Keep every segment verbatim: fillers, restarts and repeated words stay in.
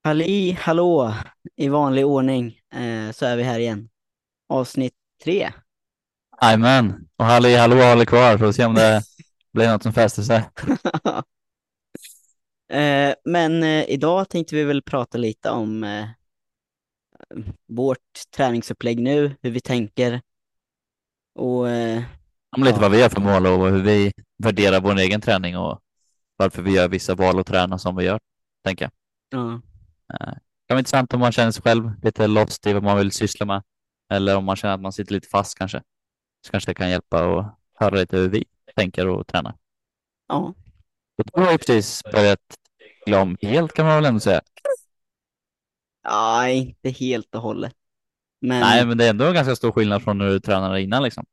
Halli hallå! I vanlig ordning eh, så är vi här igen. Avsnitt tre. Jajamän, och halli hallå håller kvar för att se om det blir något som fäster sig. eh, men eh, idag tänkte vi väl prata lite om eh, vårt träningsupplägg nu, hur vi tänker och eh, Om lite ja, vad vi har för mål och hur vi värderar vår egen träning och varför vi gör vissa val och tränar som vi gör, tänker jag. ja, Eh, Det kan vara intressant om man känner sig själv lite lost i vad man vill syssla med eller om man känner att man sitter lite fast kanske. Så kanske det kan hjälpa att höra lite hur vi tänker och tränar. ja, Och då har vi precis börjat lägga om helt kan man väl ändå säga. ja, inte helt och hållet. Nej, Men men det är ändå en ganska stor skillnad från hur du tränade innan liksom.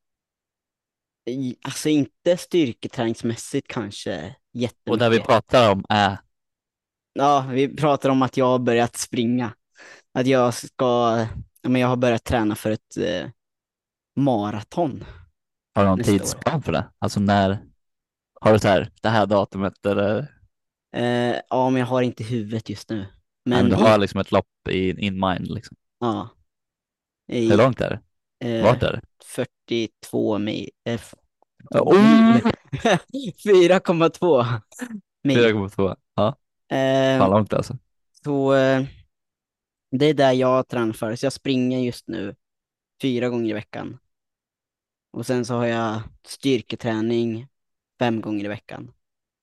i- alltså inte styrketräningsmässigt kanske Och det vi jättemycket. pratar om är, Ja, vi pratar om att jag har börjat springa. Att jag ska, ja, men jag har börjat träna för ett eh, maraton har du någon nästa år. tidsplan för det? Alltså när har du så här, det här datumet eller? Eh, ja, men jag har inte huvudet just nu. Nej, men Men du har i, liksom ett lopp i in mind liksom. ja, Hur i långt är det? eh, Vart är det? fyrtiotvå mil, eh, f- mil, Oh! fyra komma två mil. fyra komma två. Ja, Eh, fan långt alltså. så eh, det är där jag tränar för. Så jag springer just nu fyra gånger i veckan. Och sen så har jag styrketräning fem gånger i veckan.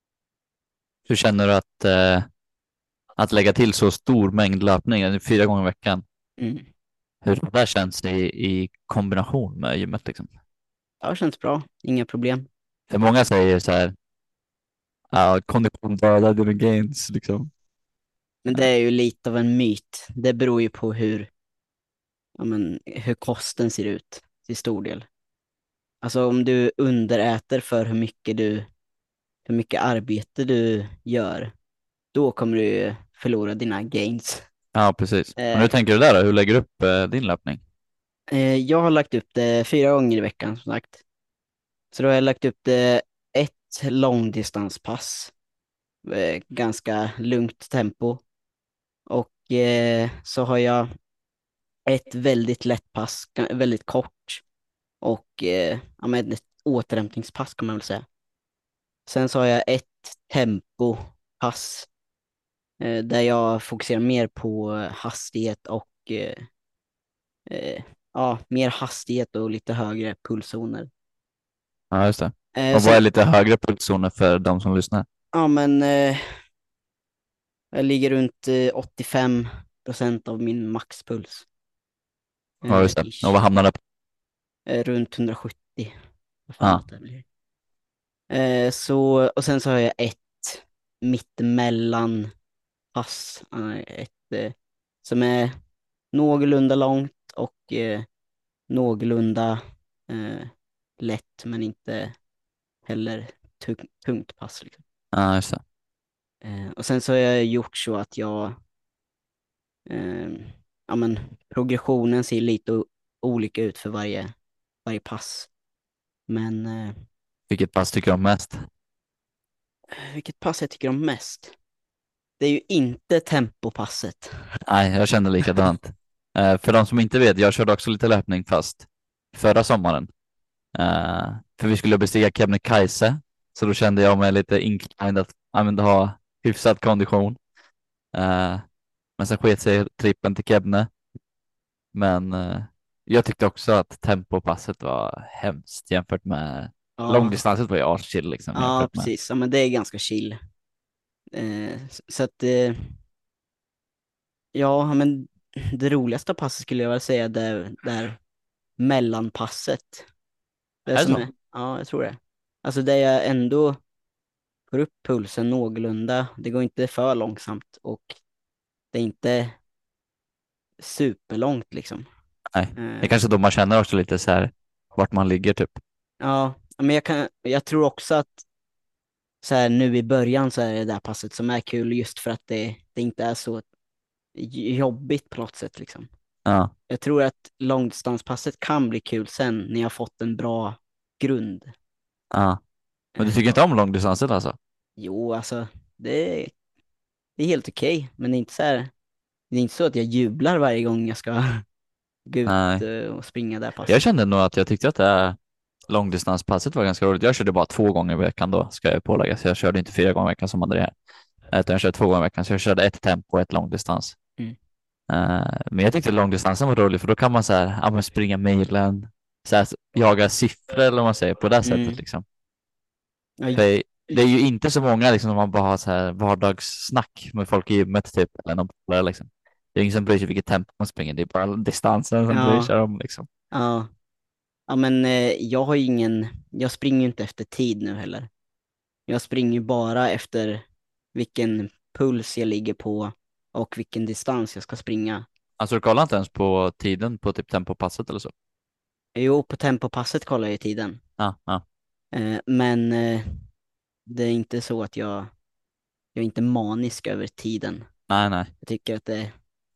Hur känner du att, eh, att lägga till så stor mängd löpning, alltså fyra gånger i veckan, Mm. hur det där känns i, i kombination med gymmet liksom? Det har känts bra, inga problem. För många säger så här, ja, kondition dödar dina gains liksom. Men det är ju lite av en myt. Det beror ju på hur, ja, men, hur kosten ser ut till stor del. Alltså om du underäter för hur mycket du, hur mycket arbete du gör, då kommer du ju förlora dina gains. Ja, precis. Men hur Eh, tänker du där då? Hur lägger du upp eh, din löpning? eh, jag har lagt upp det fyra gånger i veckan som sagt. Så då har jag lagt upp det ett långdistanspass, eh, ganska lugnt tempo. Och eh, så har jag ett väldigt lätt pass, ga- väldigt kort. Och eh, ja, men ett återhämtningspass kan man väl säga. Sen så har jag ett tempopass eh, där jag fokuserar mer på hastighet och eh, eh, ja, mer hastighet och lite högre pulszoner. Ja, just det. Eh, Och vad sen, är lite högre pulszoner för de som lyssnar? ja men eh, jag ligger runt eh, åttiofem procent av min maxpuls. Ja, Eh, just det. Och ish. vad hamnar det på? Eh, runt hundrasjuttio. Vad fan Ja, att det blir. Eh, så, och sen så har jag ett mittemellan pass. eh, Ett eh, som är någorlunda långt och eh, någorlunda eh, lätt men inte heller tung, tungt pass. Liksom. ja, just det. Eh, och sen så har jag gjort så att jag, eh, ja men progressionen ser lite o- olika ut för varje, varje pass. Men eh, Vilket pass tycker du om mest? vilket pass jag tycker om mest? Det är ju inte tempopasset. Nej, jag känner likadant. Eh, för de som inte vet, jag körde också lite löpning fast förra sommaren. Eh, för vi skulle bestiga Kebnekaise, så då kände jag mig lite inclined att ja, men, ha hyfsad kondition. Eh, men sen sket sig trippen till Kebne. Men eh, jag tyckte också att tempopasset var hemskt jämfört med Ja, långdistanset var ju aschill liksom ja jämfört med. precis. Ja, men det är ganska chill. Eh, s- så att, eh, ja, men det roligaste passet skulle jag väl säga det där mellanpasset. Det Är det som så? är, ja, jag tror det. Alltså det jag ändå får upp pulsen någorlunda. Det går inte för långsamt och det är inte superlångt liksom. Nej, det är Eh, kanske då man känner också lite så här vart man ligger typ. ja, men jag kan, jag tror också att så här nu i början så är det där passet som är kul just för att det, det inte är så jobbigt på något sätt liksom. Ja, Jag tror att långdistanspasset kan bli kul sen när jag fått en bra grund. ja. Men du Eh, tycker inte om långdistansen alltså? jo, alltså det är, det är helt okej, men det är inte så här. Det är inte så att jag jublar varje gång jag ska gå ut Nej, eh, och springa det här jag passet. kände nog att jag tyckte att det här långdistanspasset var ganska roligt. Jag körde bara två gånger i veckan då, ska jag pålägga, så jag körde inte fyra gånger i veckan som hade det här. Utan jag körde två gånger i veckan, så jag körde ett tempo och ett långdistans. Mm. Eh, men jag tyckte långdistansen var rolig, för då kan man så här, ja, men springa milen, så här, jaga siffror eller vad man säger, på det sättet Mm. liksom. Ja, För det är ju inte så många liksom, som man bara har så här vardagssnack med folk i gymmet typ, eller någon polare liksom. Det är ingen som bryr sig vilket tempo man springer, det är bara distansen som bryr ja, sig om liksom. ja. Ja, men eh, jag har ju ingen, jag springer ju inte efter tid nu heller. Jag springer ju bara efter vilken puls jag ligger på och vilken distans jag ska springa. Alltså du kollar inte ens på tiden på typ tempopasset eller så? Jo, på tempopasset kollar jag ju tiden. Ja, ja. Eh, men eh, det är inte så att jag, jag är inte manisk över tiden. Nej, nej. Jag tycker att det,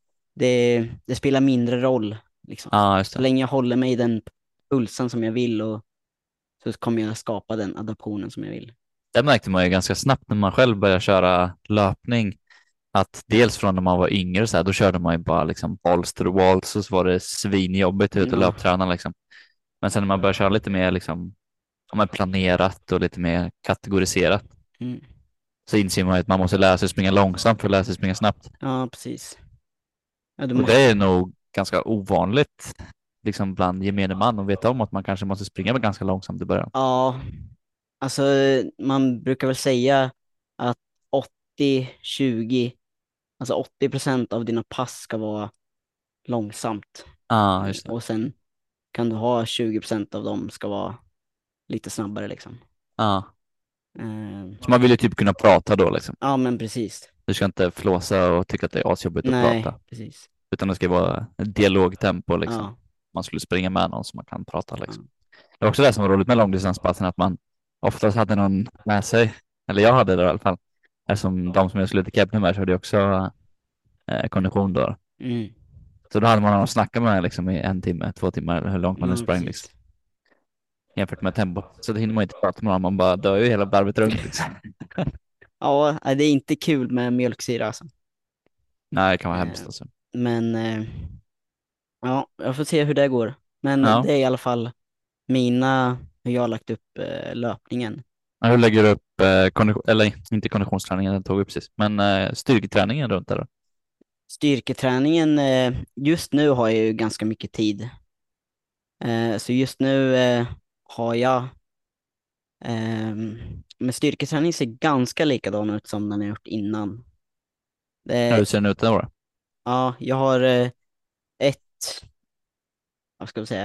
det, det spelar mindre roll, liksom. Ja, just Så det. länge jag håller mig i den pulsen som jag vill, och så kommer jag skapa den adaptionen som jag vill. Det märkte man ju ganska snabbt när man själv började köra löpning. Att dels från när man var yngre så här, då körde man ju bara liksom balls to the walls och så var det svinjobbigt ut och Ja, löpträna liksom. Men sen när man börjar köra lite mer liksom, ja, men planerat och lite mer kategoriserat, mm. så inser man att man måste lära sig springa långsamt för att lära sig springa snabbt. Ja, precis. Ja, du Och det är måste. nog ganska ovanligt liksom bland gemene man att veta om att man kanske måste springa med ganska långsamt i början. Ja, alltså man brukar väl säga att åttio tjugo, alltså åttio procent av dina pass ska vara långsamt. Ja, Eh, just det. Och sen kan du ha tjugo procent av dem ska vara lite snabbare liksom. Ja. Eh, Så man vill ju typ kunna prata då liksom. Ja, men precis. Du ska inte flåsa och tycka att det är asjobbigt att Nej, prata, precis. utan det ska vara ett dialogtempo liksom. Ja, Man skulle springa med någon som man kan prata ja. liksom. Det var också det som var roligt med långdistanspassen, att man oftast hade någon med sig. Eller jag hade det i alla fall. Eftersom de som jag skulle till Kebne med körde ju också eh, kondition då. Mm. Så då hade man någon att snacka med liksom i en timme, två timmar eller hur långt man nu Ja, sprang liksom. precis. Jämfört med tempo. Så då hinner man inte prata med någon, man bara dör ju hela varvet runt liksom. Ja, nej, det är inte kul med mjölksyra alltså. Nej, det kan vara Eh, hemskt alltså. Men eh, ja, jag får se hur det går. Men Ja. det är i alla fall mina, hur jag har lagt upp eh, löpningen. Ja, hur lägger du upp eh, kondition, eller inte konditionsträningen, den tog vi precis, men eh, styrketräningen runt där då? Styrketräningen, eh, just nu har jag ju ganska mycket tid. Eh, så just nu eh, har jag, ehm, men styrketräning ser ganska likadan ut som den jag gjort innan. Ja, Det, hur ser den ut då? ja, jag har eh, ett, vad ska vi säga,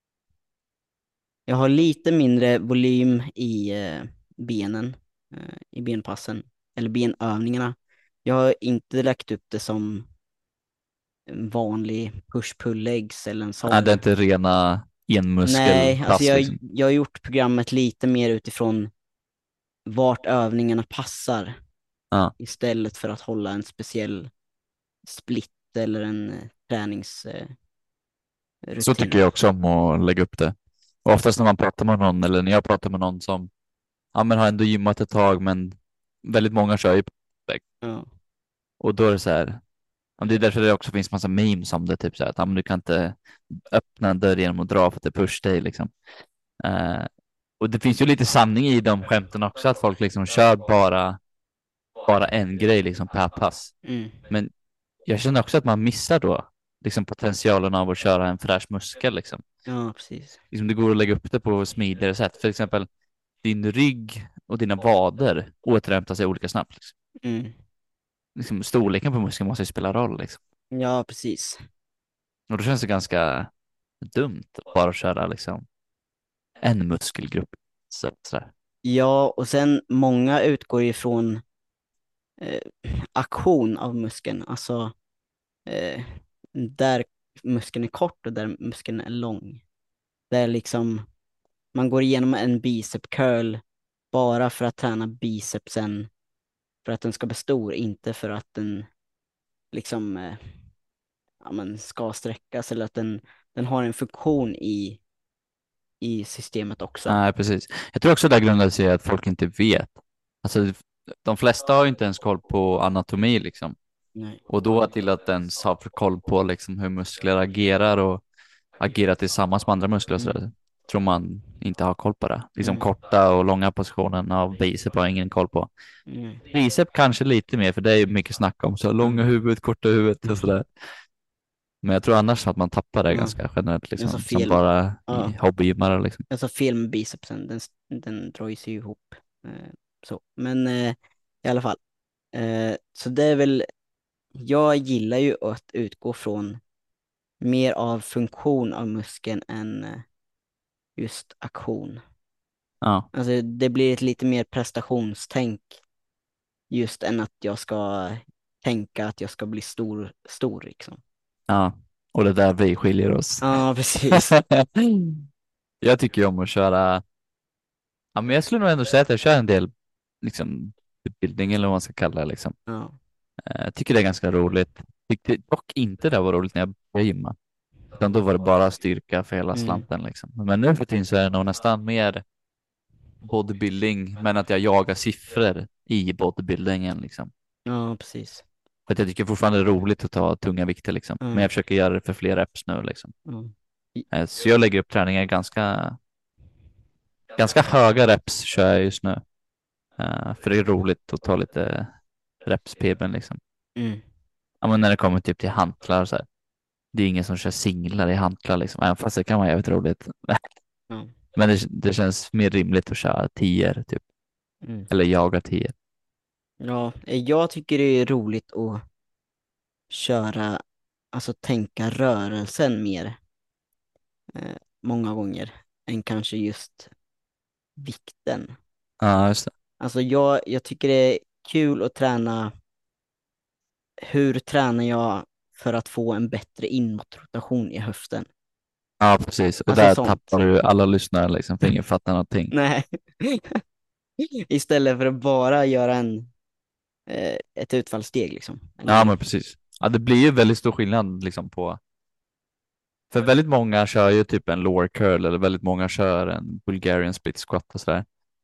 jag har lite mindre volym i eh, benen, eh, i benpassen, eller benövningarna. Jag har inte lagt upp det som en vanlig push-pull-legs eller en Nej, det är sån. inte rena Nej, alltså enmuskelpass jag, liksom. jag har gjort programmet lite mer utifrån vart övningarna passar, Ja. istället för att hålla en speciell split eller en eh, träningsrutin. Så tycker jag också om att lägga upp det. Och oftast när man pratar med någon, eller när jag pratar med någon som ja, men har ändå gymmat ett tag, men väldigt många kör ju på väg. Ja, Och då är det så här, ja, det är därför det också finns massa memes om det, typ så här, att ja, men du kan inte öppna en dörr genom att dra för att det är push dig liksom. Eh, och det finns ju lite sanning i de skämten också, att folk liksom kör bara, bara en grej liksom per pass. mm. Men jag känner också att man missar då liksom potentialen av att köra en fräsch muskel liksom. Ja, precis. Liksom det går att lägga upp det på smidigare sätt. För exempel din rygg och dina vader återhämtar sig olika snabbt. Liksom. Mm. Liksom, storleken på muskeln måste ju spela roll. Liksom. Ja, precis. Och då känns det ganska dumt att bara köra liksom, en muskelgrupp. Så, sådär. Ja, och sen många utgår ju från eh, aktion av muskeln, alltså eh, där muskeln är kort och där muskeln är lång. Där liksom man går igenom en bicep curl bara för att träna bicepsen, för att den ska bli stor, inte för att den liksom eh, ja, men ska sträckas, eller att den, den har en funktion i, i systemet också. Nej, precis. Jag tror också det grundar sig i att folk inte vet. Alltså, de flesta har ju inte ens koll på anatomi liksom. Nej. Och då till att ens ha för koll på liksom hur muskler agerar och agerar tillsammans med andra muskler och Mm. sådär. Tror man inte har koll på det. Liksom Mm. korta och långa positionen av bicep har jag ingen koll på. Mm. Tricep kanske lite mer för det är ju mycket snack om så långa Mm. huvudet, korta huvudet och Mm. sådär. Men jag tror annars att man tappar det Ja. ganska generellt Jag sa liksom som fel. bara Ja. i hobbygymmare liksom. Jag sa fel med bicepsen. Den, den drar ju sig ihop. Eh, så. Men eh, i alla fall. Eh, så det är väl, jag gillar ju att utgå från mer av funktion av muskeln än eh, just aktion. Ja, Alltså det blir ett lite mer prestationstänk just än att jag ska tänka att jag ska bli stor, stor liksom. ja. Och det är där vi skiljer oss. Ja, precis. Jag tycker ju om att köra. Ja, men jag skulle nog ändå säga att jag kör en del liksom utbildning eller vad man ska kalla det liksom. Ja. Eh, Jag tycker det är ganska roligt. Tyckte dock inte det var roligt när jag började gymma. Utan då var det bara styrka för hela Mm. slanten liksom. Men nu för tiden så är det nog nästan mer bodybuilding, men att jag jagar siffror i bodybuildingen liksom. Ja, precis. För att jag tycker fortfarande det är roligt att ta tunga vikter liksom. Men Ja. jag försöker göra det för fler reps nu liksom. Ja. Eh, Så jag lägger upp träningar ganska, ganska höga reps kör jag just nu. Eh, För det är roligt att ta lite reps P B liksom. Mm. Ja, men när det kommer typ till hantlar så här. Det är ingen som kör singlar i hantlar liksom. Även fast det kan vara jävligt roligt. Ja. Men det, det känns mer rimligt att köra tior typ. Mm. Eller jaga tior. Ja, eh, jag tycker det är roligt att köra, alltså tänka rörelsen mer eh, många gånger än kanske just vikten. Ja, just det. Alltså jag, jag tycker det är kul att träna. Hur tränar jag för att få en bättre inåtrotation i höften? Ja, precis. Och Alltså där sånt. tappar du alla lyssnare liksom, för ingen fattar någonting. Nej. Istället för att bara göra en, eh, ett utfallssteg liksom. En Ja, grej. men precis. Ja, det blir ju väldigt stor skillnad liksom på. För väldigt många kör ju typ en lower curl eller väldigt många kör en Bulgarian split squat och sådär.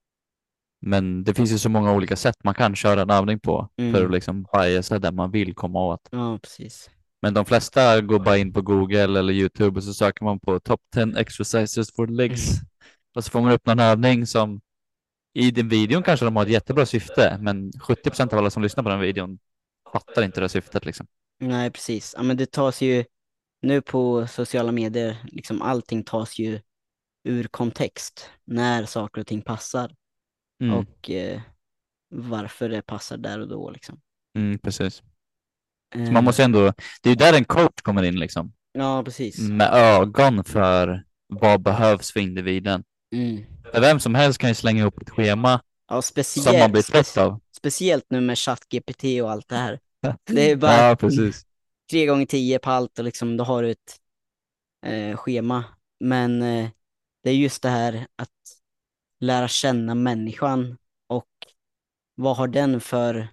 Men det finns ju så många olika sätt man kan köra en övning på för att Mm. liksom biasa där man vill komma åt. Ja, precis. Men de flesta går bara in på Google eller YouTube och så söker man på top ten exercises for legs. Och så får man upp någon övning som i den videon kanske de har ett jättebra syfte, men sjuttio procent av alla som lyssnar på den videon fattar inte det syftet liksom. Nej, precis. Ja, men det tas ju nu på sociala medier, liksom allting tas ju ur kontext när saker och ting passar Mm, och eh, varför det passar där och då liksom. mm, precis. Så man Eh, måste ändå, det är ju där en coach kommer in liksom, ja, precis. med ögon för vad behövs för individen. Mm. För vem som helst kan ju slänga ihop ett schema Ja, som man speciellt, blir trött spec av. speciellt nu med ChatGPT och allt det här. Det är bara Ja, mm, precis. tre gånger tio på allt och liksom då har du ett eh, schema. Men eh, det är just det här att lära känna människan och vad har den för,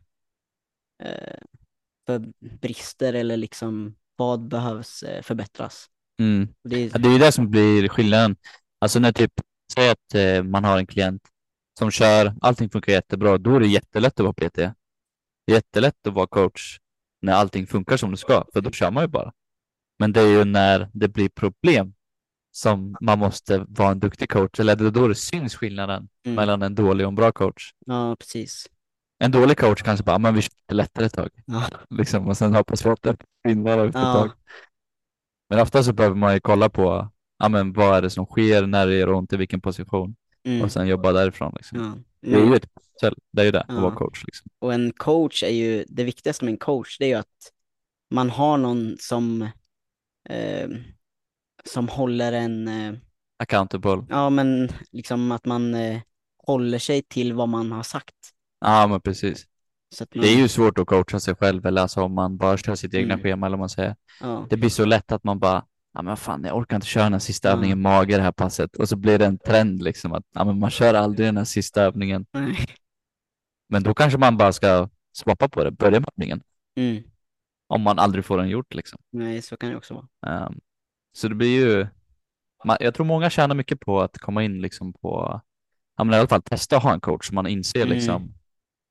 eh, för brister eller liksom vad behövs eh, förbättras. Mm. Och det Ja, är, det är ju det som blir skillnaden. Alltså när typ, säg att eh, man har en klient som kör, allting funkar jättebra, då är det jättelätt att vara P T. Det är jättelätt att vara coach när allting funkar som det ska, för då kör man ju bara. Men det är ju när det blir problem som man måste vara en duktig coach, eller det är då det syns skillnaden mm, mellan en dålig och en bra coach. ja, precis. En dålig coach kanske bara, "Ah, men vi kör det lättare ett tag." Ja, Liksom, och sen hoppas vi att det försvinner efter ett tag. ja, Men ofta så behöver man ju kolla på, ja, men vad är det som sker, när det gör ont, i vilken position, och mm, sen jobba därifrån. Liksom. ja. Det är ju Men, ett pussel, det är ju det, att vara ja. coach. Liksom. Och en coach är ju, det viktigaste med en coach det är ju att man har någon som eh, som håller en, eh, Accountable. ja men liksom att man eh, håller sig till vad man har sagt. Ja, men precis. Så att Det är man, ju svårt att coacha sig själv, eller alltså om man bara kör sitt egna mm, schema, eller vad man säger. ja, Det blir så lätt att man bara, ja men fan, jag orkar inte köra den här sista ja, övningen mage det här passet. Och så blir det en trend liksom att, ja men man kör aldrig den här sista övningen. nej, Men då kanske man bara ska swappa på det, börja med övningen. mm, Om man aldrig får den gjort liksom. nej, så kan det också vara. Um, så det blir ju, man, jag tror många tjänar mycket på att komma in liksom på, ja men i alla fall testa att ha en coach så man inser Mm, liksom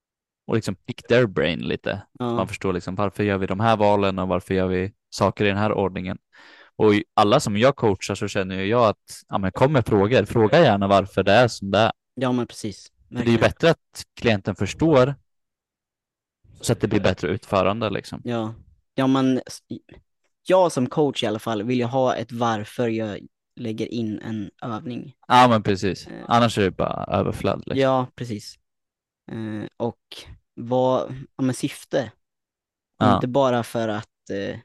och liksom pick their brain lite. Ja, Man förstår liksom varför gör vi de här valen och varför gör vi saker i den här ordningen. Och i alla som jag coachar så känner ju jag att ja, men kom med frågor. Fråga gärna varför det är som det är. ja men precis. För det är ju Verkligen. bättre att klienten förstår så att det blir bättre utförande liksom. Ja. Ja, man, jag som coach i alla fall vill ju ha ett varför jag lägger in en övning. Ja, men precis. Eh, Annars är det bara överflöd liksom. Ja, precis. Eh, och vad, ja men syfte. Ja, Inte bara för att, eh,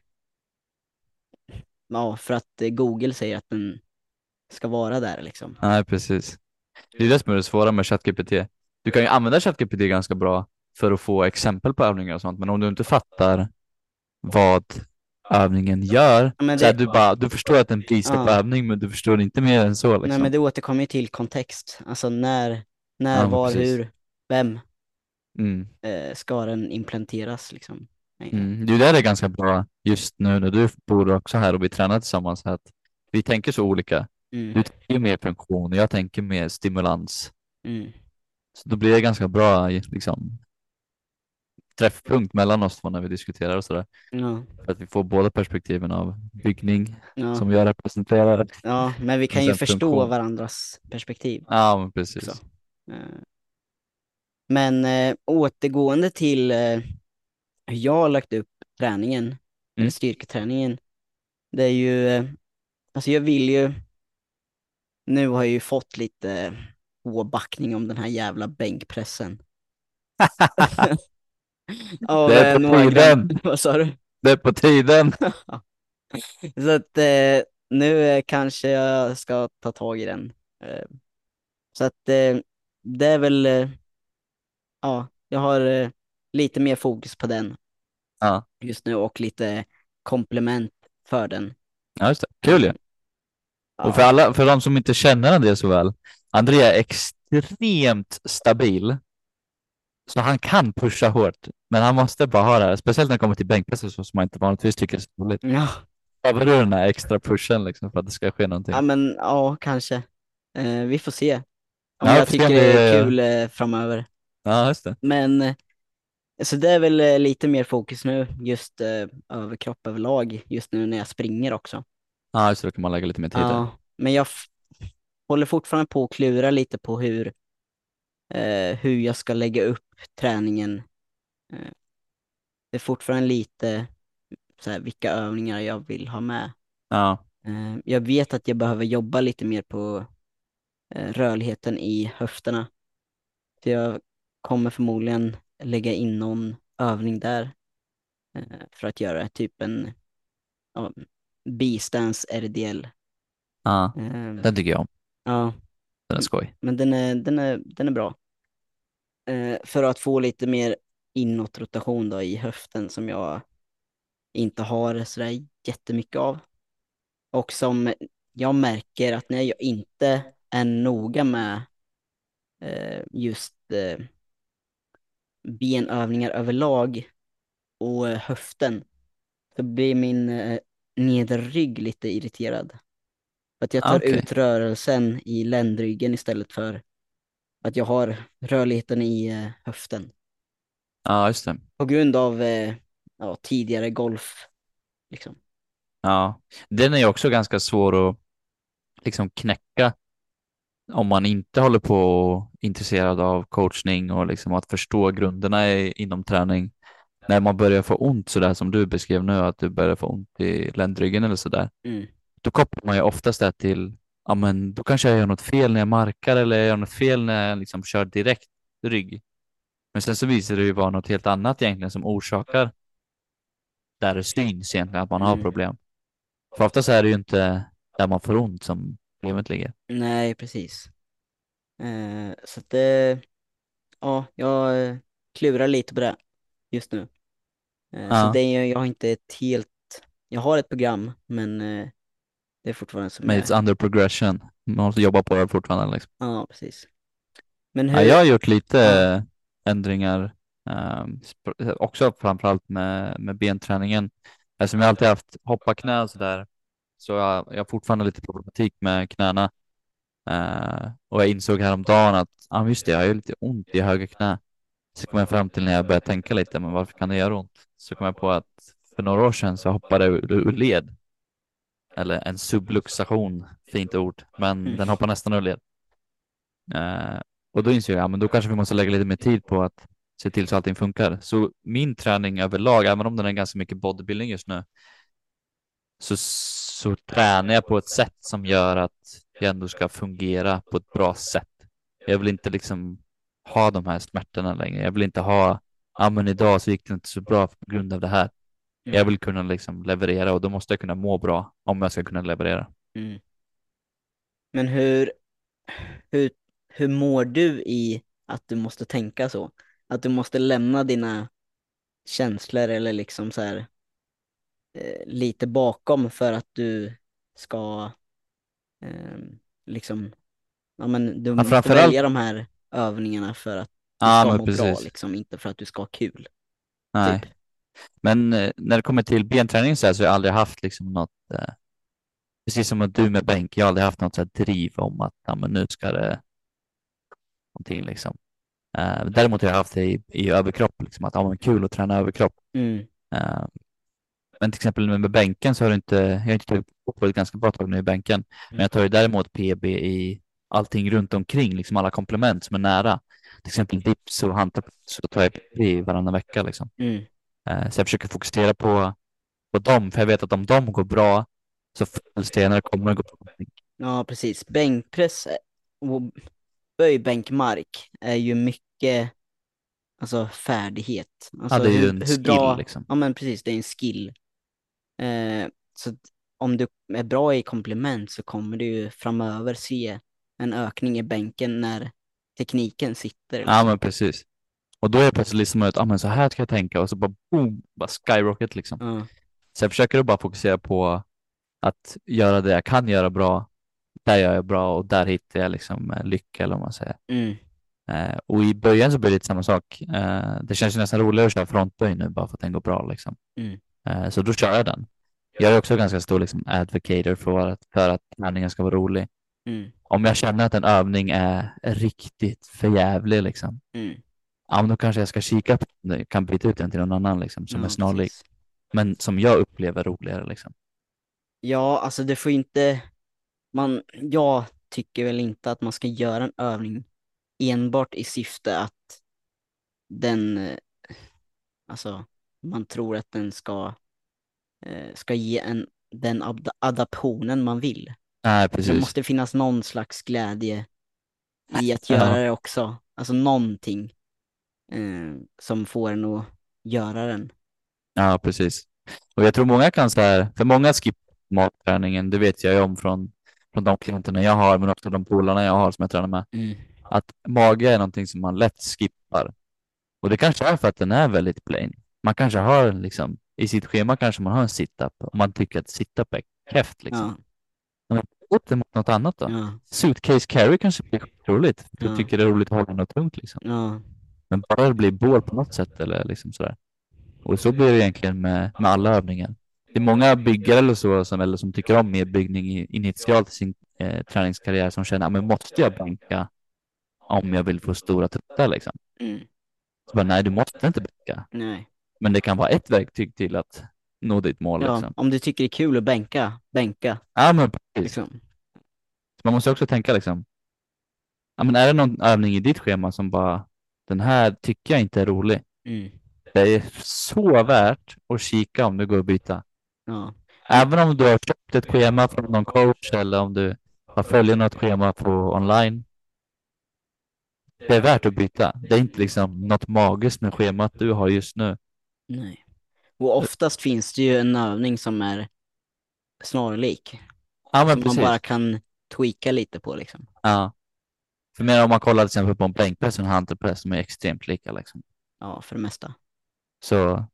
ja, för att eh, Google säger att den ska vara där liksom. nej precis. Det är det som är det svåra med ChatGPT. Du kan ju använda ChatGPT ganska bra för att få exempel på övningar och sånt, men om du inte fattar vad övningen gör, Ja, men så här, det, du bara, du förstår att det är en ja, bicepövning, men du förstår inte mer än så nej men liksom. det återkommer ju till kontext. Alltså när, när, Ja, men var, precis. hur, vem Mm. eh, ska den implementeras liksom. Nej, Mm. Det är där det är ganska bra just nu när du bor också här och vi tränar tillsammans, att vi tänker så olika. mm, Du tänker mer funktion och jag tänker mer stimulans. mm, Så då blir det ganska bra liksom, träffpunkt mellan oss två när vi diskuterar och sådär. ja, För att vi får båda perspektiven av byggning ja, som jag representerar ja, men vi och kan ju sen förstå funktion. varandras perspektiv Ja, men också. precis. Eh, Men eh, återgående till eh, hur jag har lagt upp träningen, eller Mm. styrketräningen, det är ju, eh, alltså jag vill ju, nu har jag ju fått lite påbackning om den här jävla bänkpressen av Det är eh, på några, tiden. vad sa du? Det är på tiden. Så att eh, nu eh, kanske jag ska ta tag i den. Eh, så att eh, det är väl, eh, ja, jag har eh, lite mer fokus på den Ja, just nu och lite komplement för den. ja just det. Kul ju. Eh, Ja. Och för ja, alla, för de som inte känner Andreas så väl, Andrea är extremt stabil. Så han kan pusha hårt, men han måste bara ha det här. Speciellt när det kommer till bänkpress så som man inte vanligtvis tycker är så roligt. ja, Behöver du den här extra pushen liksom för att det ska ske ja, någonting? men ja, kanske. Eh, vi får se om Ja, vi jag får se tycker om det är det... kul eh, framöver. Ja, just det. Men eh, så det är väl eh, lite mer fokus nu, just eh, överkropp överlag, just nu när jag springer också. Ja, just det. Då kan man lägga lite mer tid där. Ja, men jag f- håller fortfarande på att klura lite på hur, eh, hur jag ska lägga upp träningen. Eh, det är fortfarande lite så här, vilka övningar jag vill ha med. Ja, Eh, jag vet att jag behöver jobba lite mer på eh, rörligheten i höfterna. Så jag kommer förmodligen lägga in någon övning där eh, för att göra typ en ja, bistance R D L. ja. Eh, Den tycker jag om. ja, Den är skoj. men den är, den är, den är bra. Eh, för att få lite mer inåtrotation då i höften som jag inte har sådär jättemycket av. Och som jag märker att när jag inte är noga med eh, just eh, benövningar överlag och eh, höften så blir min eh, nedre rygg lite irriterad. För att jag Ah, tar okej. ut rörelsen i ländryggen istället för att jag har rörligheten i eh, höften. Ja, just det. På grund av eh, ja, tidigare golf. Liksom. Ja. Den är ju också ganska svår att liksom knäcka om man inte håller på och är intresserad av coachning och liksom att förstå grunderna i, inom träning. När man börjar få ont sådär som du beskrev nu, att du börjar få ont i ländryggen eller sådär, Mm. då kopplar man ju oftast det till, ja men då kanske jag gör något fel när jag markar eller jag gör något fel när jag liksom kör direkt rygg. Men sen så visar det ju vara något helt annat egentligen som orsakar där det syns egentligen att man har Mm. problem. För oftast är det ju inte där man får ont som problemet ligger. Nej, precis. Eh, så att det, ja, jag eh, klurar lite på det just nu. Eh, så det Ja, är, jag har inte ett helt, jag har ett program men eh, det är fortfarande som men jag, it's under progression. Man måste jobba på det fortfarande liksom. ja precis. Men Ja, hur, jag har gjort lite ja, ändringar, ehm, sp- också framförallt med, med benträningen. Eftersom jag alltid haft hoppa knä och sådär, så jag, jag har fortfarande lite problematik med knäna. Eh, och jag insåg häromdagen att, ja ah, just det, jag har ju lite ont i höger knä. Så kom jag fram till när jag började tänka lite, men varför kan det göra ont? Så kom jag på att för några år sedan så hoppade jag ur, ur led. Eller en subluxation, fint ord, men Mm. den hoppar nästan ur led. Eh, och då inser jag, ja men då kanske vi måste lägga lite mer tid på att se till så allting funkar. Så min träning överlag, även om den är ganska mycket bodybuilding just nu, så, så tränar jag på ett sätt som gör att jag ändå ska fungera på ett bra sätt. Jag vill inte liksom ha de här smärtorna längre. Jag vill inte ha, ja men idag så gick det inte så bra på grund av det här. Jag Mm. vill kunna liksom leverera och då måste jag kunna må bra om jag ska kunna leverera. Mm. Men hur, hur, hur mår du i att du måste tänka så? Att du måste lämna dina känslor eller liksom så här eh, lite bakom för att du ska eh, liksom, ja men du Ja, måste framförallt, välja de här övningarna för att du ja ska men må bra precis. liksom, inte för att du ska ha kul, typ. Nej, men eh, när det kommer till benträning så, här, så har jag aldrig haft liksom något, eh, precis som att du med bänk, jag har aldrig haft något så här driv om att ja, men nu ska det någonting liksom. Eh, däremot har jag haft det i, i överkropp, liksom, att ja, men kul att träna överkropp. Mm. Eh, men till exempel med, med bänken så har det inte, jag har inte tagit på ett ganska bra tag nu i bänken, men Mm. jag tar ju däremot P B i allting runt omkring, liksom alla komplement som är nära. Till exempel dips och hantelpress så tar jag P B i varannan vecka liksom. Mm. Eh, så jag försöker fokusera på, på dem, för jag vet att om de går bra så förr eller senare kommer det gå bra. Ja, precis. Bänkpress är- och böjbänkmark är ju mycket alltså färdighet. Ja, Alltså det är ju hur, en hur skill bra, liksom. ja men precis, det är en skill. Eh, så att om du är bra i komplement så kommer du ju framöver se en ökning i bänken när tekniken sitter Ja, liksom. men precis. Och då är det plötsligt liksom att ah, men så här ska jag tänka och så bara boom, bara skyrocket liksom. Ja. Så jag försöker bara fokusera på att göra det jag kan göra bra, där jag är bra och där hittar jag liksom eh, lycka eller vad man säger. Mm. Eh, och i början så blir det lite samma sak. Eh, det känns ju nästan roligare att köra frontböj nu bara för att den går bra liksom. Mm. Eh, så då kör jag den. Jag är också ganska stor liksom advocator för att, för att träningen ska vara rolig. Mm. Om jag känner att en övning är riktigt förjävlig liksom, Mm. ja men då kanske jag ska kika på om jag kan byta ut den till någon annan liksom som är Ja, snarlik. precis. Men som jag upplever roligare liksom. Ja, alltså det får inte, man, jag tycker väl inte att man ska göra en övning enbart i syfte att den, eh, alltså man tror att den ska, eh, ska ge en den ad adaptionen man vill. Nej, Det precis. måste finnas någon slags glädje i att göra Ja, det också. Alltså någonting eh, som får en att göra den. ja, precis. Och jag tror många kan så här, för många skippar matträningen, det vet jag ju om från, från de klienterna jag har, men också de polarna jag har som jag tränar med, Mm. att mage är någonting som man lätt skippar. Och det kanske är för att den är väldigt plain. Man kanske har liksom, i sitt schema kanske man har en sit-up och man tycker att sit-up är kräft liksom. Ja, Men upp det mot något annat då. ja, Suitcase carry kanske blir roligt. Du ja, tycker det är roligt att hålla något tungt liksom. ja. Men bara det blir bål på något sätt eller liksom sådär. Och så blir det egentligen med, med alla övningar. Det är många byggare eller så som, eller som tycker om mer byggning i, initialt i sin eh, träningskarriär som känner, men måste jag bänka om jag vill få stora tuttar liksom? Mm. Så bara, nej, du måste inte bänka. Nej. Men det kan vara ett verktyg till att nå ditt mål Ja, liksom. om du tycker det är kul att bänka, bänka, Ja, men precis. liksom. Man måste också tänka liksom, ja, men är det någon övning i ditt schema som bara, den här tycker jag inte är rolig. Mm. Det är så värt att kika om det går att byta. Ja. Men, Även om du har köpt ett schema från någon coach eller om du har följt något schema på online. Det är värt att byta. Det är inte liksom något magiskt med schemat du har just nu. nej. Och oftast finns det ju en övning som är snarlik. Ja, men Som man bara precis. kan tweaka lite på liksom. Ja. För mer om man kollar till exempel på en bänkpress och en hantelpress som är extremt lika liksom. Ja, för det mesta. Så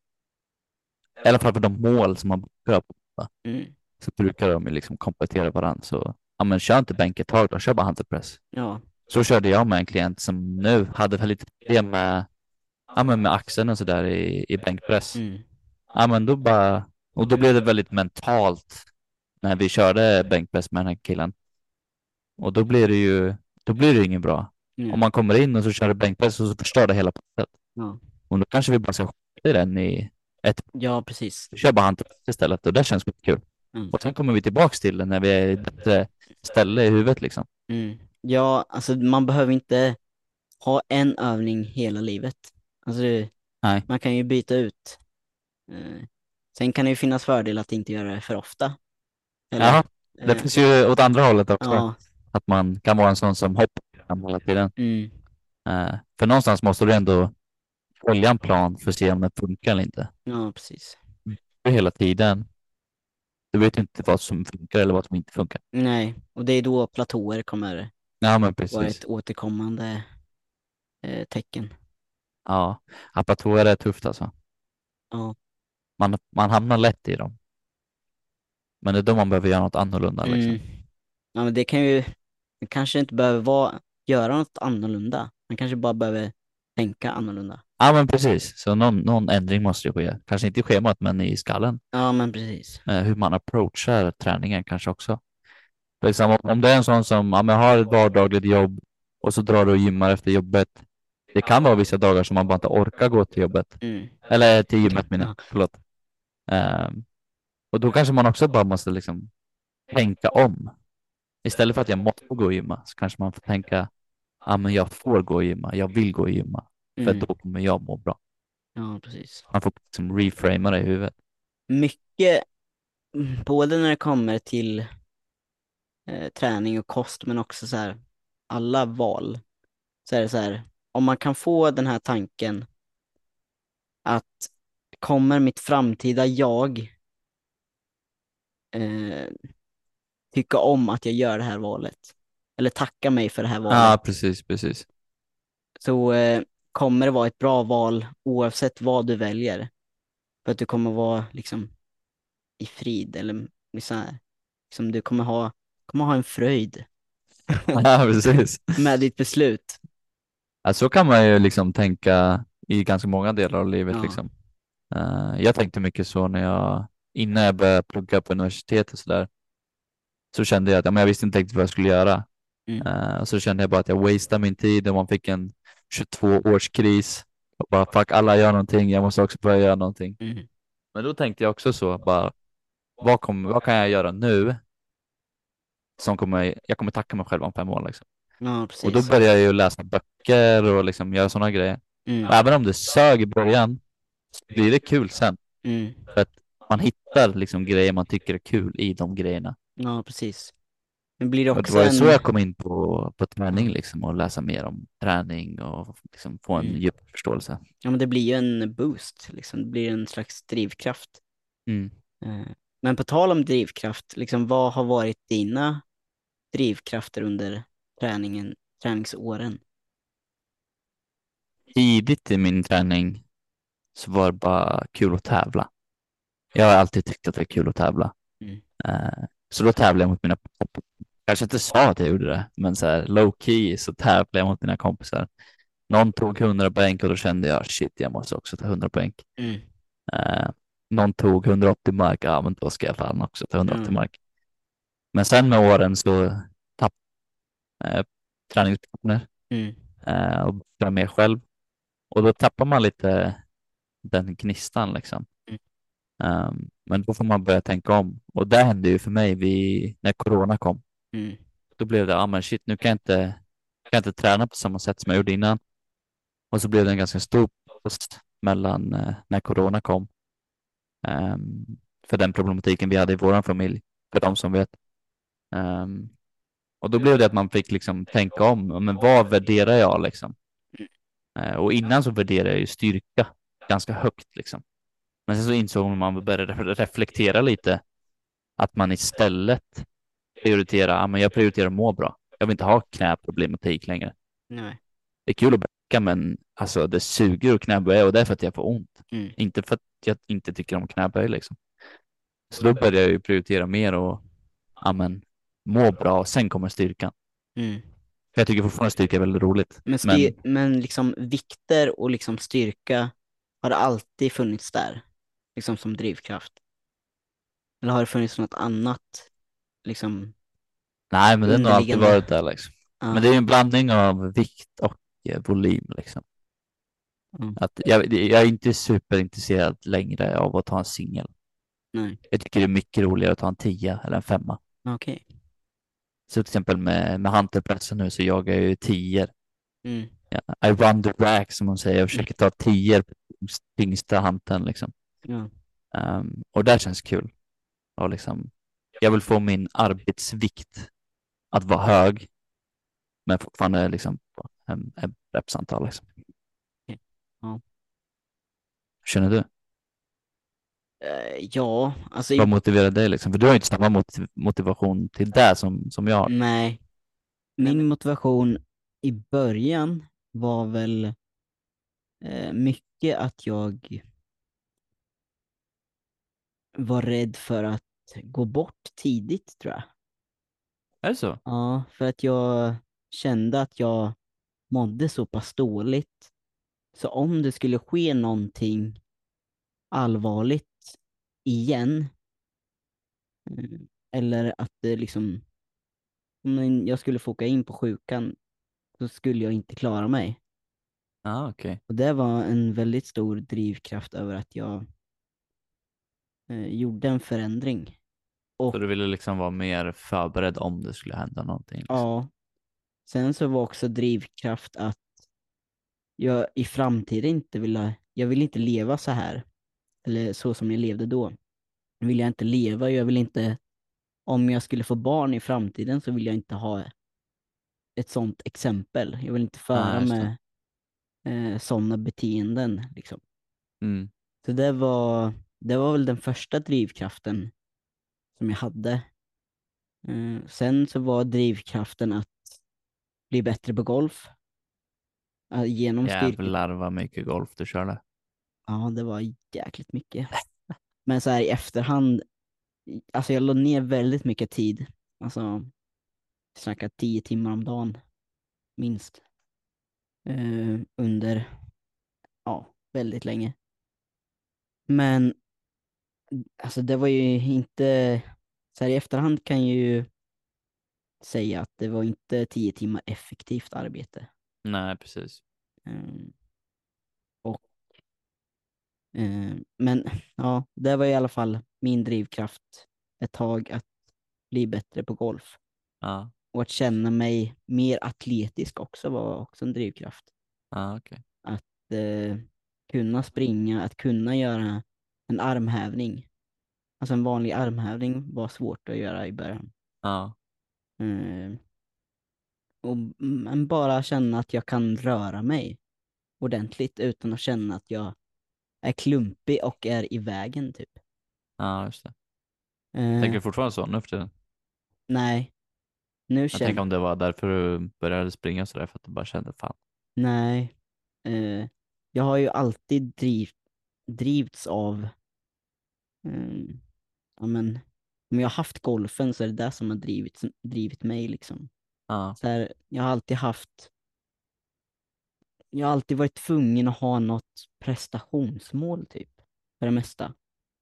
i alla fall för de mål som man brukar på, Mm. så brukar de ju liksom komplettera varandra. Så ja, men kör inte bänk ett tag då, kör bara hantelpress. Ja. Så körde jag med en klient som nu hade väl lite problem med, ja, men med axeln och sådär i, i bänkpress. Mm. Ja, men då bara, och då blev det väldigt mentalt när vi körde bänkpress med den här killen. Och då blir det ju, då blir det ju inget bra. Mm. Om man kommer in och så kör det bänkpress och så förstör det hela passet. Ja, Och då kanske vi bara ska skita i den i ett, ja precis. kör bara hantverk istället och det känns kul. Mm. Och sen kommer vi tillbaks till det när vi är i ett bättre ställe i huvudet liksom. Mm. Ja, alltså man behöver inte ha en övning hela livet. Alltså det, Nej. man kan ju byta ut. Eh, Sen kan det ju finnas fördel att inte göra det för ofta. Eller, Ja, det eh, finns ju åt andra hållet också. ja, Att man kan vara en sån som hoppar fram hela tiden. mm, Eh, för någonstans måste du ändå följa en plan för att se om det funkar eller inte. ja precis. För hela tiden. Du vet inte vad som funkar eller vad som inte funkar. Nej, och det är då platåer kommer Ja, men vara precis. ett återkommande eh, tecken. Ja, apatorer är tufft alltså. Ja. Man, man hamnar lätt i dem. Men det är då man behöver göra något annorlunda Mm. liksom. Ja, men det kan ju, det kanske inte behöver vara, göra något annorlunda. Man kanske bara behöver tänka annorlunda. Ja, men precis. Så någon, någon ändring måste ju ske. Kanske inte i schemat, men i skallen. Ja, men precis. Eh, hur man approachar träningen kanske också. Liksom, om om det är en sån som ja, men har ett vardagligt jobb och så drar du och gymmar efter jobbet. Det kan vara vissa dagar som man bara inte orkar gå till jobbet. Mm. Eller till gymmet menar Ja. jag. Förlåt. Ehm, och då kanske man också bara måste liksom tänka om. Istället för att jag måste gå och gymma så kanske man får tänka, ja men jag får gå och gymma, jag vill gå och gymma. För Mm. då kommer jag må bra. Ja, precis. Man får liksom reframa det i huvudet. Mycket, mm, både när det kommer till eh, träning och kost, men också så här, alla val. Så är det så här, om man kan få den här tanken att kommer mitt framtida jag eh, tycka om att jag gör det här valet? Eller tacka mig för det här valet? Ja, precis, precis. Så eh, kommer det vara ett bra val oavsett vad du väljer. För att du kommer vara liksom i frid eller så här, liksom du kommer ha, kommer ha en fröjd Ja, precis. med ditt beslut. Ja, så kan man ju liksom tänka i ganska många delar av livet Ja. liksom. Eh, jag tänkte mycket så när jag, innan jag började plugga på universitet och sådär, så kände jag att ja, men jag visste inte riktigt vad jag skulle göra. Mm. Eh, och så kände jag bara att jag wasteade min tid och man fick en tjugotvå-årskris. Och bara fuck, alla gör någonting, jag måste också börja göra någonting. Mm. Men då tänkte jag också så, bara vad, kommer, vad kan jag göra nu som kommer, jag kommer tacka mig själv om fem år liksom. Ja, Och då precis. började jag ju läsa böcker och liksom göra sådana grejer. Mm. Och även om det sög i början så blir det kul sen. Mm. För att man hittar liksom grejer man tycker är kul i de grejerna. Ja, precis. Men blir det Och det också var ju så en... jag kom in på, på träning liksom och läsa mer om träning och liksom få en Mm. djup förståelse. Ja, men det blir ju en boost, liksom. Det blir en slags drivkraft. Mm. Eh, Men på tal om drivkraft, liksom, vad har varit dina drivkrafter under träningen, träningsåren? Tidigt i min träning så var det bara kul att tävla. Jag har alltid tyckt att det är kul att tävla. Mm. Eh, så då tävlade jag mot mina kompisar. Kanske inte sa att jag gjorde det, men så här low key så tävlade jag mot mina kompisar. Någon tog hundra bänk och då kände jag shit, jag måste också ta hundra bänk. Mm. Eh, någon tog hundraåttio mark, ja men då ska jag fan också ta hundraåttio Mm. mark. Men sen med åren så tappade jag eh, träningspartner Mm. eh, och började mer själv. Och då tappar man lite den gnistan liksom. Mm. Um, men då får man börja tänka om. Och det hände ju för mig vid, när corona kom. Mm. Då blev det, ja ah, men shit, nu kan jag inte, kan jag inte träna på samma sätt som jag gjorde innan. Och så blev det en ganska stor paus mellan eh, när corona kom. Um, för den problematiken vi hade i vår familj, för de som vet. Um, och då blev det att man fick liksom tänka om, men vad värderar jag liksom? Uh, och innan så värderade jag ju styrka ganska högt liksom. Men sen så insåg man, man började reflektera lite, att man istället prioriterar, ja men jag prioriterar att må bra. Jag vill inte ha knäproblematik längre. Nej. Det är kul att backa, men alltså det suger att knäböja och det är för att jag får ont. Mm. Inte för att jag inte tycker om knäböj liksom. Så då började jag ju prioritera mer och ja, men, må bra och sen kommer styrkan. Mm. För jag tycker fortfarande styrka är väldigt roligt. Men, styr, men liksom vikter och liksom styrka, har det alltid funnits där? Liksom som drivkraft? Eller har det funnits något annat? Liksom Nej, men det har nog alltid underliggande? varit där liksom. Ja. Men det är ju en blandning av vikt och eh, volym liksom. Mm. Att jag, jag är inte superintresserad längre av att ta en singel. Nej, Jag tycker det är mycket roligare att ta en tia eller en femma. okej. Så till exempel med, med hantelpressen nu så jagar jag ju tior. Mm. Ja, I run the rack som man säger. Jag Mm. försöker ta tior på tyngsta hanteln liksom. Ja. Um, och det känns kul. Och liksom, jag vill få min arbetsvikt att vara hög, men fortfarande liksom på en, en repsantal liksom. Okej. Ja. Känner du? Eh, ja, alltså Vad i, motiverar dig liksom? För du har ju inte samma motiv motivation till det som, som jag har. nej. Min motivation i början var väl eh, mycket att jag var rädd för att gå bort tidigt, tror jag. Är det så? Ja, för att jag kände att jag mådde så pass dåligt. Så om det skulle ske någonting allvarligt igen, eh, eller att det liksom, om jag skulle få åka in på sjukan, så skulle jag inte klara mig. Ja, okej. Och det var en väldigt stor drivkraft över att jag eh, gjorde en förändring. Så Och du ville liksom vara mer förberedd om det skulle hända någonting liksom. ja, sen så var också drivkraft att jag i framtiden inte ville, jag vill inte leva så här, eller så som jag levde då. Vill jag inte leva, jag vill inte, om jag skulle få barn i framtiden så vill jag inte ha ett sånt exempel. Jag vill inte Ja, föra just det. med eh, sådana beteenden liksom. Mm. Så det var, det var väl den första drivkraften som jag hade. Eh, sen så var drivkraften att bli bättre på golf. Eh, genom styrke. Jävlar vad mycket golf du körde. Ja, det var jäkligt mycket. Men så här i efterhand, alltså jag la ner väldigt mycket tid. Alltså, snacka tio timmar om dagen, minst. Eh, under, ja, väldigt länge. Men, alltså det var ju inte, så här i efterhand kan jag ju säga att det var inte tio timmar effektivt arbete. Nej, precis. Eh, och, eh, men, ja, det var i alla fall min drivkraft ett tag att bli bättre på golf. Ja, Och att känna mig mer atletisk också var också en drivkraft. ja, okej. Att eh, kunna springa, att kunna göra en armhävning. Alltså en vanlig armhävning var svårt att göra i början. Ja, Eh, och, men bara känna att jag kan röra mig ordentligt utan att känna att jag är klumpig och är i vägen typ. ja, just det. Tänker Eh, du fortfarande så nu för tiden? nej, nu Jag tänker känner, om det var därför du började springa sådär, för att du bara kände fan. nej. Eh, jag har ju alltid driv, drivits av mm, ja, men om jag har haft golfen så är det det som har drivit, drivit mig liksom. Ja, Så här, jag har alltid haft, jag har alltid varit tvungen att ha något prestationsmål typ, för det mesta.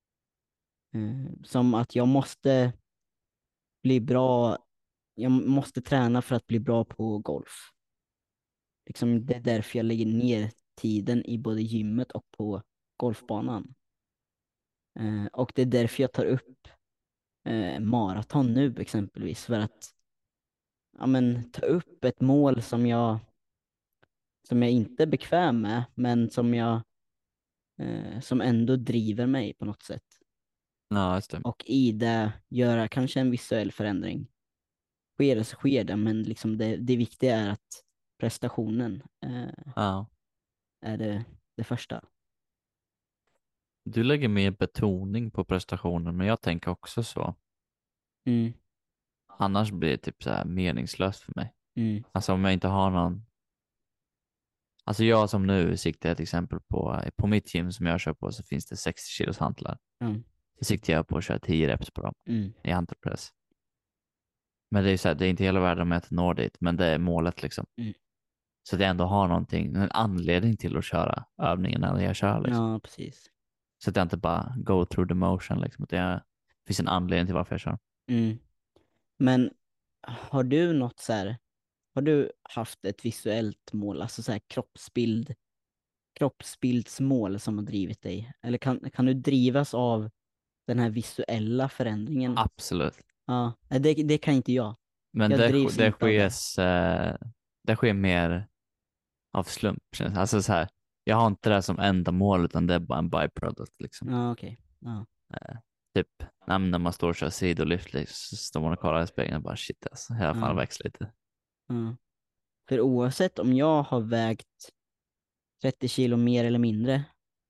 Eh, som att jag måste bli bra, jag måste träna för att bli bra på golf. Liksom, det är därför jag lägger ner tiden i både gymmet och på golfbanan. Eh, och det är därför jag tar upp eh, maraton nu exempelvis, för att ja, men, ta upp ett mål som jag, som jag inte är bekväm med, men som jag eh, som ändå driver mig på något sätt. ja, just det. Och i det göra kanske en visuell förändring. Sker det så sker det, men liksom det, det viktiga är att prestationen eh, Ja. är det, det första. Du lägger mer betoning på prestationen, men jag tänker också så. Mm, Annars blir det typ så här meningslöst för mig. mm, Alltså om jag inte har någon. Alltså jag som nu siktar jag till exempel på, på mitt gym som jag kör på så finns det sextio kilos hantlar. mm, Så siktar jag på att köra tio reps på dem mm, i hantelpress. Men det är så här, det är inte hela världen om jag inte når dit, men det är målet liksom. mm. Så att jag ändå har någonting, en anledning till att köra övningarna när jag kör liksom. Ja, precis. Så att jag inte bara go through the motion liksom. Att jag, det finns en anledning till varför jag kör. Mm. Men har du något så här, har du haft ett visuellt mål, alltså så här kroppsbild, kroppsbildsmål som har drivit dig? Eller kan, kan du drivas av den här visuella förändringen? Absolut. Ja, nej, det, det kan inte jag. Men Jag det, sk- drivs det inte av sker, det. eh, det sker mer av slump. Känns det. Alltså så här, jag har inte det här som enda mål utan det är bara en byproduct liksom. Ja, okej. Ja, Eh, typ när när man står och kör sidolyft liksom, så står man och kollar i spegeln och bara shit alltså, jag har fan ja, växt lite. ja. För oavsett om jag har vägt trettio kilo mer eller mindre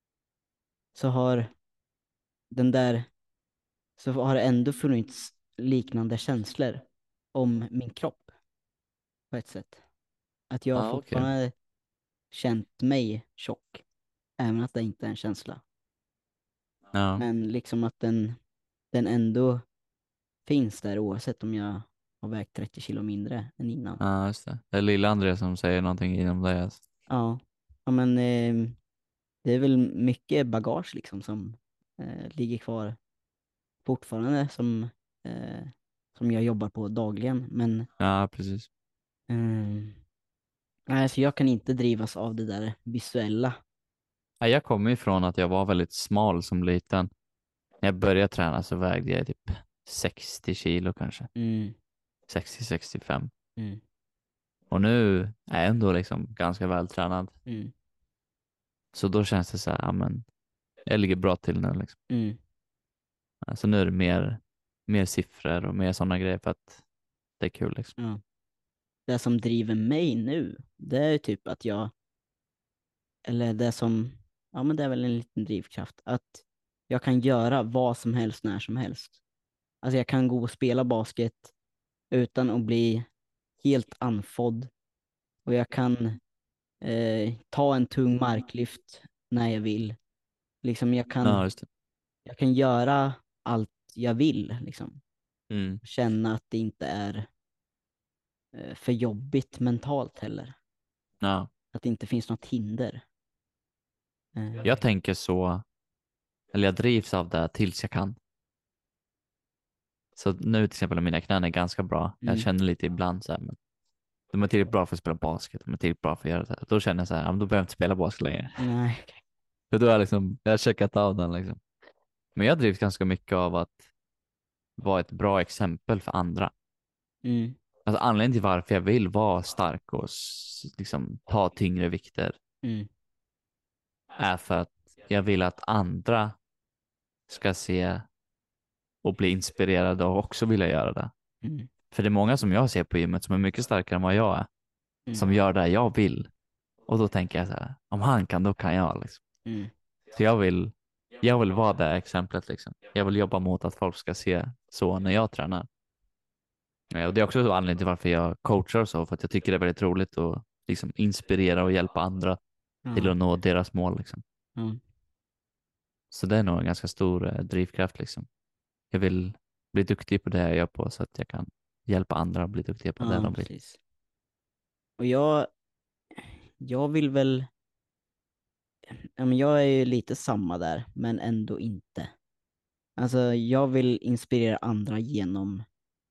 så har den där, så har det ändå funnits liknande känslor om min kropp på ett sätt. Att jag Ja, okej. fortfarande känt mig tjock, även att det inte är en känsla. Ja, Men liksom att den, den ändå finns där oavsett om jag har vägt trettio kilo mindre än innan. ja, just det. Det är lilla André som säger någonting inom dig alltså. Ja, ja men eh, det är väl mycket bagage liksom som eh, ligger kvar fortfarande som, eh, som jag jobbar på dagligen. Men Ja, precis. eh, nej, alltså jag kan inte drivas av det där visuella. Ja, jag kommer ifrån att jag var väldigt smal som liten. När jag började träna så vägde jag typ sextio kilo kanske. Mm, sextio sextiofem. mm, Och nu är jag ändå liksom ganska vältränad. mm, Så då känns det så här, ja men jag ligger bra till nu liksom. mm, Alltså nu är det mer, mer siffror och mer sådana grejer för att det är kul liksom. ja. Det som driver mig nu, det är typ att jag, eller det som, ja men det är väl en liten drivkraft, att jag kan göra vad som helst när som helst. Alltså jag kan gå och spela basket utan att bli helt andfådd och jag kan eh, ta en tung marklyft när jag vill. Liksom jag kan, Ja, just det. jag kan göra allt jag vill liksom. Mm. Känna att det inte är eh, för jobbigt mentalt heller. Ja. Att det inte finns något hinder. Eh, Jag tänker så, eller jag drivs av det tills jag kan. Så nu till exempel mina knän är ganska bra. Jag mm, känner lite ibland så här, men de är tillräckligt bra för att spela basket, de är tillräckligt bra för att göra det här. Då känner jag så här, ja, men då behöver jag inte spela basket längre. nej. För då har jag liksom, jag har checkat av den liksom. Men jag drivs ganska mycket av att vara ett bra exempel för andra. Mm, Alltså anledningen till varför jag vill vara stark och s- liksom ta tyngre vikter mm, är för att jag vill att andra ska se och bli inspirerade och också vilja göra det. mm, För det är många som jag ser på gymmet som är mycket starkare än vad jag är, mm, som gör det jag vill. Och då tänker jag så här, om han kan, då kan jag liksom. mm, Så jag vill, jag vill vara det exemplet liksom. Jag vill jobba mot att folk ska se så när jag tränar. Eh, Och det är också så anledningen till varför jag coachar och så, för att jag tycker det är väldigt roligt att liksom inspirera och hjälpa andra till ja, att nå deras mål liksom. ja, Så det är nog en ganska stor eh, drivkraft liksom. Jag vill bli duktig på det jag gör på så att jag kan hjälpa andra att bli duktiga på det ja, de vill. precis. Och jag, jag vill väl, ja, men jag är ju lite samma där, men ändå inte. Alltså jag vill inspirera andra genom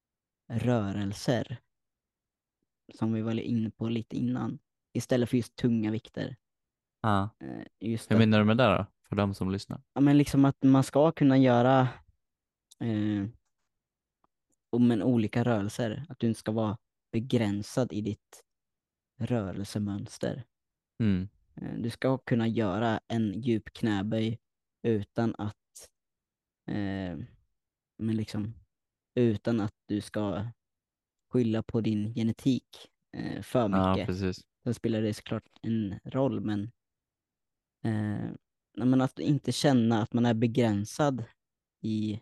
rörelser, som vi var inne på lite innan, istället för just tunga vikter. Ja. Eh, Just Hur att, menar du med det då? För de som lyssnar. ja men liksom att man ska kunna göra eh, om en olika rörelser, att du inte ska vara begränsad i ditt rörelsemönster. Mm. Eh, Du ska kunna göra en djup knäböj utan att eh, men liksom utan att du ska skylla på din genetik eh, för Ja, mycket. precis. Sen spelar det såklart en roll, men, eh, nej, men att inte känna att man är begränsad i,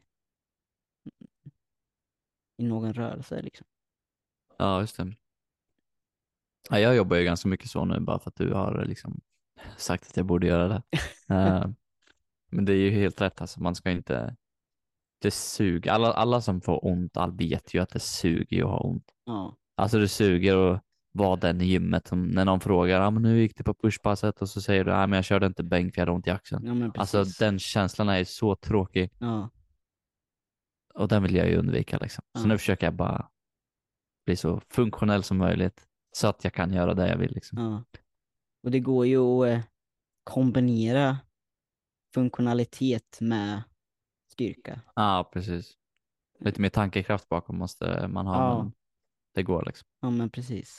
i någon rörelse liksom. Ja, just det. Ja, jag jobbar ju ganska mycket så nu bara för att du har liksom sagt att jag borde göra det. Eh, men det är ju helt rätt, alltså man ska inte, det suger. Alla, alla som får ont, all vet ju att det suger ju att ha ont. Ja, Alltså det suger att vara den i gymmet som när någon frågar, ja ah, men hur gick det på pushpasset? Och så säger du, nej men jag körde inte bänk för jag hade ont i axeln. ja men Alltså precis. den känslan är så tråkig Ja, och den vill jag ju undvika liksom. Så ja, nu försöker jag bara bli så funktionell som möjligt så att jag kan göra det jag vill liksom. ja. Och det går ju att, eh, kombinera funktionalitet med styrka. Ja, precis. Lite mer tankekraft bakom måste man ha, Ja, men det går liksom. ja men precis.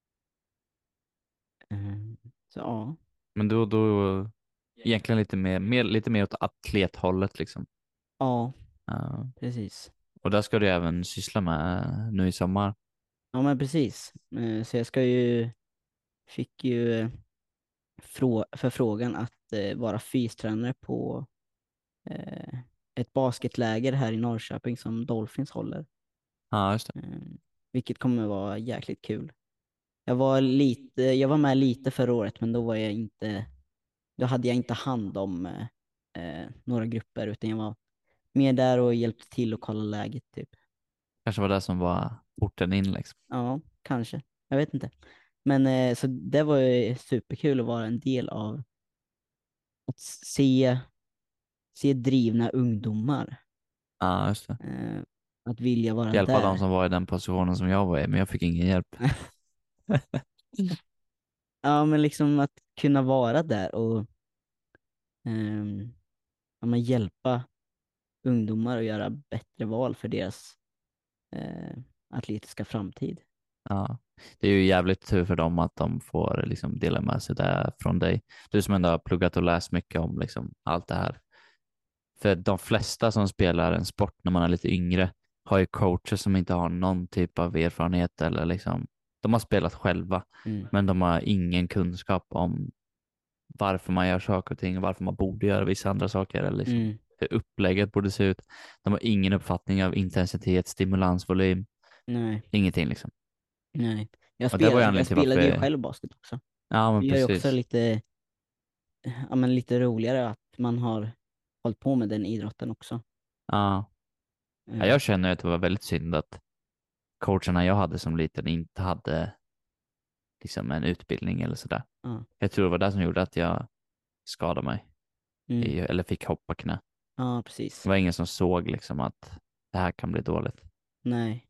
Eh, Så ja, Men då, då egentligen lite mer, mer, lite mer åt atlethållet liksom. ja, Ja. precis. Och där ska du även syssla med nu i sommar. Ja men precis. Eh, Så jag ska ju, fick ju eh, frå förfrågan att eh, vara fystränare på eh, ett basketläger här i Norrköping som Dolphins håller. Ja, just det. Eh, Vilket kommer vara jäkligt kul. Jag var lite, jag var med lite förra året men då var jag inte, då hade jag inte hand om eh, eh, några grupper utan jag var mer där och hjälpte till och kolla läget typ. Kanske var det som var porten in liksom. Ja, kanske. Jag vet inte. Men eh, så det var ju superkul att vara en del av att se, se drivna ungdomar. Ja, just det. Eh, att vilja vara Hjälpa de där. som var i den positionen som jag var i, men jag fick ingen hjälp. Ja, men liksom att kunna vara där och ehm, ja, men hjälpa ungdomar att göra bättre val för deras eh, atletiska framtid. Ja, det är ju jävligt tur för dem att de får liksom dela med sig det från dig. Du som ändå har pluggat och läst mycket om liksom allt det här. För de flesta som spelar en sport när man är lite yngre har ju coacher som inte har någon typ av erfarenhet eller liksom, de har spelat själva, Mm. men de har ingen kunskap om varför man gör saker och ting och varför man borde göra vissa andra saker eller liksom Mm. hur upplägget borde se ut. De har ingen uppfattning av intensitet, stimulans, volym, Nej, ingenting liksom. nej. Jag Och det var ju spelade, jag anledningen till spelade ju varför, själv basket också. ja men Det gör ju också precis. lite, ja, men lite roligare att man har hållit på med den idrotten också. Ja. Ja, Eh, jag känner att det var väldigt synd att coacherna jag hade som liten inte hade liksom en utbildning eller sådär. ja. Jag tror det var det som gjorde att jag skadade mig Mm. i, eller fick hoppa knä. Ja, Det precis. var ingen som såg liksom att det här kan bli dåligt. Nej.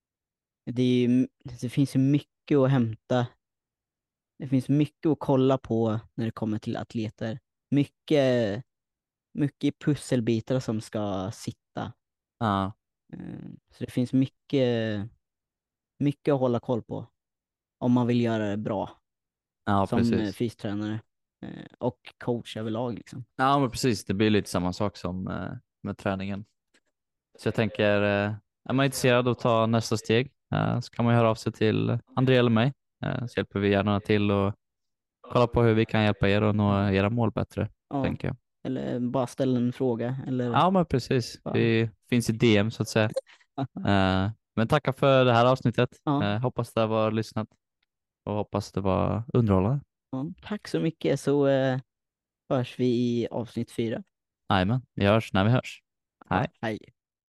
Det är ju, det finns ju mycket att hämta. Det finns mycket att kolla på när det kommer till atleter. Mycket, mycket pusselbitar som ska sitta. Ja, Eh, Så det finns mycket, mycket att hålla koll på om man vill göra det bra ja som eh, precis. fystränare eh, och coach överlag liksom. Ja, men precis. Det blir lite samma sak som eh, med träningen. Så jag tänker, eh, är man intresserad av att ta nästa steg eh, så kan man höra av sig till André eller mig. Eh, så hjälper vi gärna till och kolla på hur vi kan hjälpa er att nå era mål bättre, Ja, tänker jag. eller bara ställa en fråga eller Ja, men precis. bara... Vi finns i D M så att säga. Eh, men tacka för det här avsnittet. Ja, Eh, hoppas det var lyssnat och hoppas det var underhållande. ja, tack så mycket så eh, hörs vi i avsnitt fyra. Jajamän, vi hörs när vi hörs. Ja, Hej. hej.